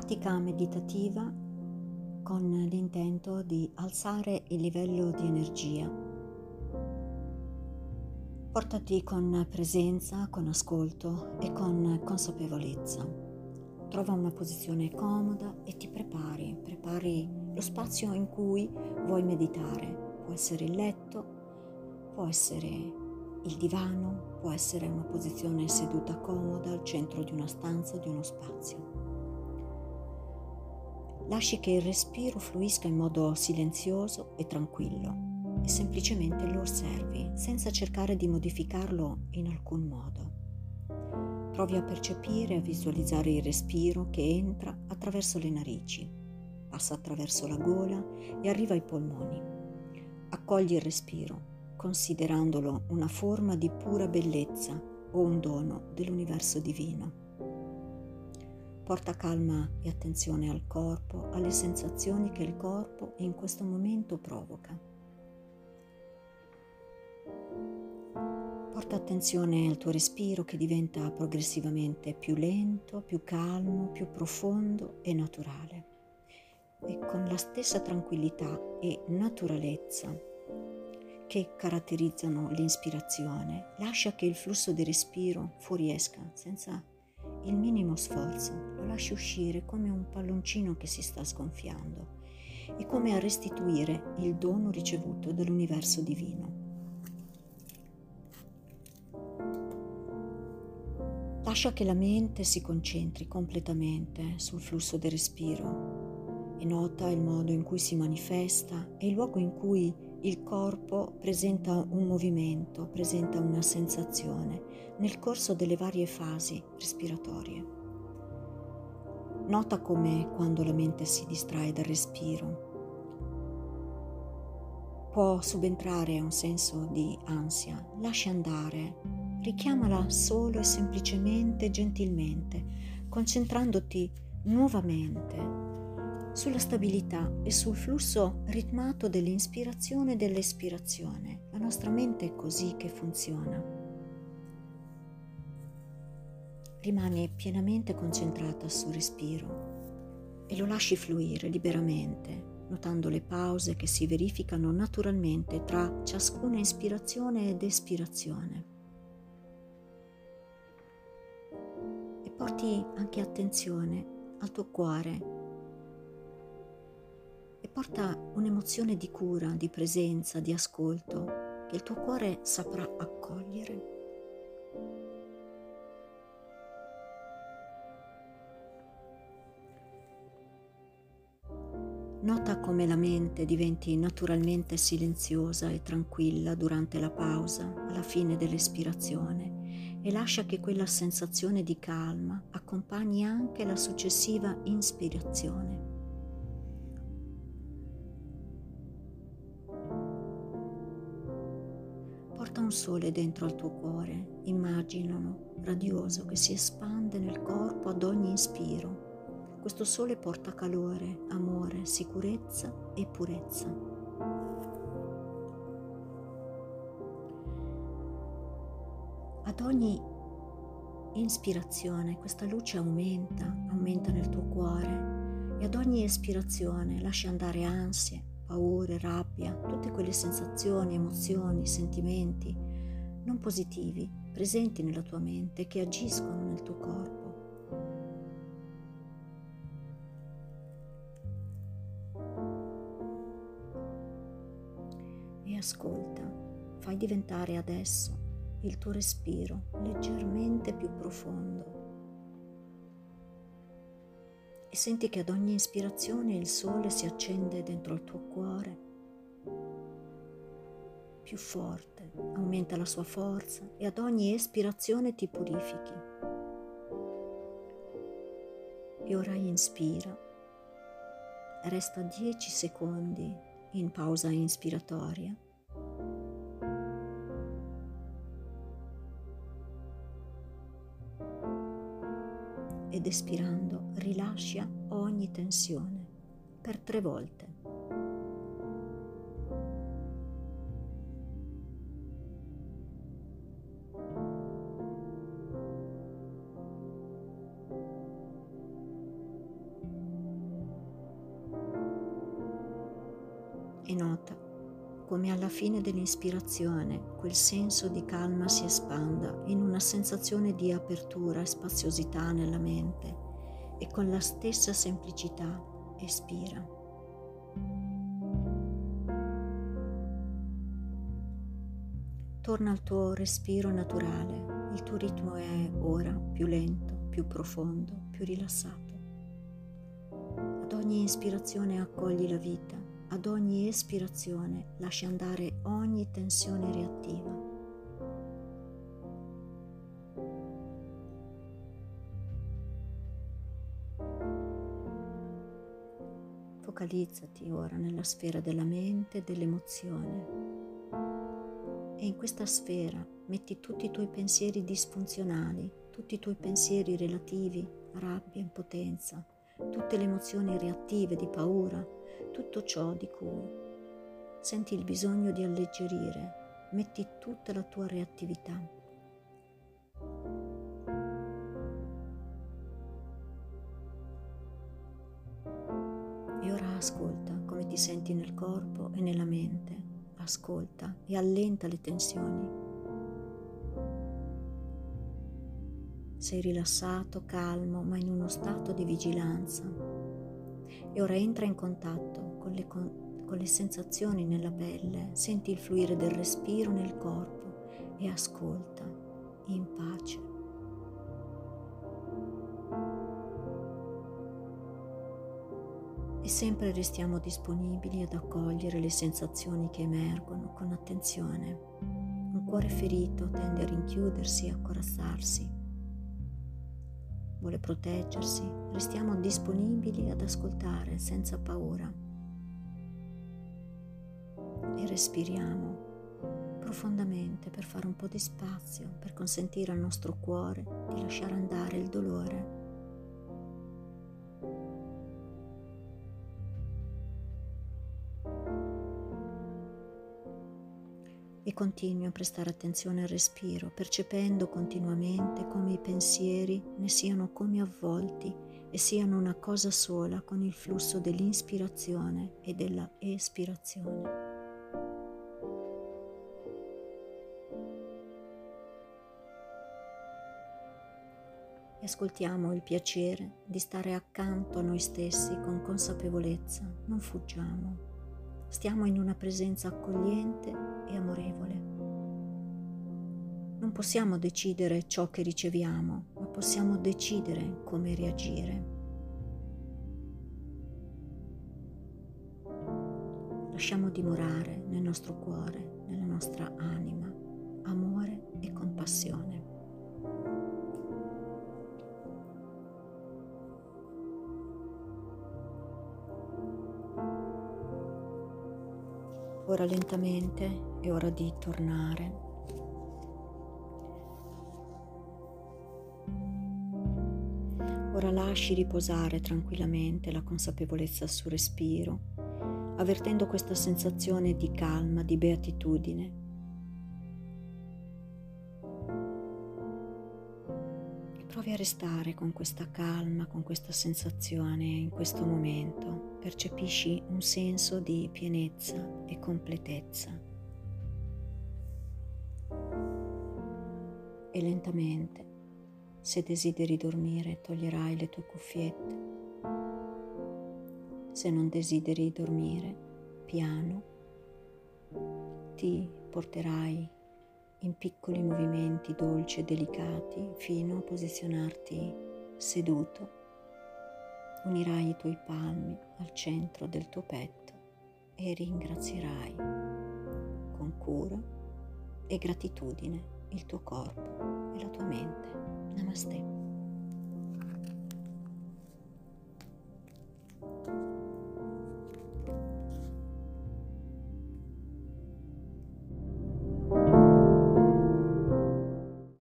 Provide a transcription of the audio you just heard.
pratica meditativa con l'intento di alzare il livello di energia. Portati con presenza, con ascolto e con consapevolezza. Trova una posizione comoda e ti prepari lo spazio in cui vuoi meditare. Può essere il letto, può essere il divano, può essere una posizione seduta comoda al centro di una stanza o di uno spazio. Lasci che il respiro fluisca in modo silenzioso e tranquillo e semplicemente lo osservi senza cercare di modificarlo in alcun modo. Provi a percepire e a visualizzare il respiro che entra attraverso le narici, passa attraverso la gola e arriva ai polmoni. Accogli il respiro, considerandolo una forma di pura bellezza o un dono dell'universo divino. Porta calma e attenzione al corpo, alle sensazioni che il corpo in questo momento provoca. Porta attenzione al tuo respiro che diventa progressivamente più lento, più calmo, più profondo e naturale. E con la stessa tranquillità e naturalezza che caratterizzano l'inspirazione, lascia che il flusso di respiro fuoriesca senza il minimo sforzo, lo lasci uscire come un palloncino che si sta sgonfiando e come a restituire il dono ricevuto dall'universo divino. Lascia che la mente si concentri completamente sul flusso del respiro e nota il modo in cui si manifesta e il luogo in cui il corpo presenta un movimento, presenta una sensazione nel corso delle varie fasi respiratorie. Nota come quando la mente si distrae dal respiro può subentrare un senso di ansia. Lascia andare, richiamala solo e semplicemente, gentilmente, concentrandoti nuovamente sulla stabilità e sul flusso ritmato dell'inspirazione e dell'espirazione. La nostra mente è così che funziona. Rimani pienamente concentrata sul respiro e lo lasci fluire liberamente, notando le pause che si verificano naturalmente tra ciascuna ispirazione ed espirazione. E porti anche attenzione al tuo cuore e porta un'emozione di cura, di presenza, di ascolto che il tuo cuore saprà accogliere. Nota come la mente diventi naturalmente silenziosa e tranquilla durante la pausa, alla fine dell'espirazione, e lascia che quella sensazione di calma accompagni anche la successiva inspirazione. Porta un sole dentro al tuo cuore, immaginalo, radioso, che si espande nel corpo ad ogni inspiro. Questo sole porta calore, amore, sicurezza e purezza. Ad ogni inspirazione questa luce aumenta nel tuo cuore e ad ogni espirazione lascia andare ansie, paure, rabbia, tutte quelle sensazioni, emozioni, sentimenti non positivi presenti nella tua mente che agiscono nel tuo corpo. E ascolta, fai diventare adesso il tuo respiro leggermente più profondo e senti che ad ogni ispirazione il sole si accende dentro il tuo cuore più forte, aumenta la sua forza e ad ogni espirazione ti purifichi. E ora inspira, resta 10 secondi in pausa inspiratoria ed espirando rilascia ogni tensione per 3 volte. e nota come alla fine dell'ispirazione quel senso di calma si espanda in una sensazione di apertura e spaziosità nella mente e con la stessa semplicità espira. Torna al tuo respiro naturale, il tuo ritmo è ora più lento, più profondo, più rilassato. Ad ogni ispirazione accogli la vita, ad ogni espirazione lasci andare ogni tensione reattiva. Focalizzati ora nella sfera della mente e dell'emozione. E in questa sfera metti tutti i tuoi pensieri disfunzionali, tutti i tuoi pensieri relativi a rabbia, impotenza, tutte le emozioni reattive di paura, tutto ciò di cui senti il bisogno di alleggerire, metti tutta la tua reattività. E ora ascolta come ti senti nel corpo e nella mente. Ascolta e allenta le tensioni. Sei rilassato, calmo, ma in uno stato di vigilanza. E ora entra in contatto con le sensazioni nella pelle, senti il fluire del respiro nel corpo e ascolta in pace. E sempre restiamo disponibili ad accogliere le sensazioni che emergono con attenzione. Un cuore ferito tende a rinchiudersi e a corazzarsi. Vuole proteggersi, restiamo disponibili ad ascoltare senza paura. E respiriamo profondamente per fare un po' di spazio, per consentire al nostro cuore di lasciare andare il dolore. E continui a prestare attenzione al respiro, percependo continuamente come i pensieri ne siano come avvolti e siano una cosa sola con il flusso dell'inspirazione e della espirazione. E ascoltiamo il piacere di stare accanto a noi stessi con consapevolezza, non fuggiamo. Stiamo in una presenza accogliente e amorevole. Non possiamo decidere ciò che riceviamo, ma possiamo decidere come reagire. Lasciamo dimorare nel nostro cuore, nella nostra anima, amore e compassione. Ora lentamente è ora di tornare. Ora lasci riposare tranquillamente la consapevolezza sul respiro, avvertendo questa sensazione di calma, di beatitudine. E provi a restare con questa calma, con questa sensazione in questo momento. Percepisci un senso di pienezza e completezza. E lentamente, se desideri dormire, toglierai le tue cuffiette. Se non desideri dormire, piano, ti porterai in piccoli movimenti dolci e delicati fino a posizionarti seduto. Unirai i tuoi palmi al centro del tuo petto e ringrazierai con cura e gratitudine il tuo corpo e la tua mente. Namaste.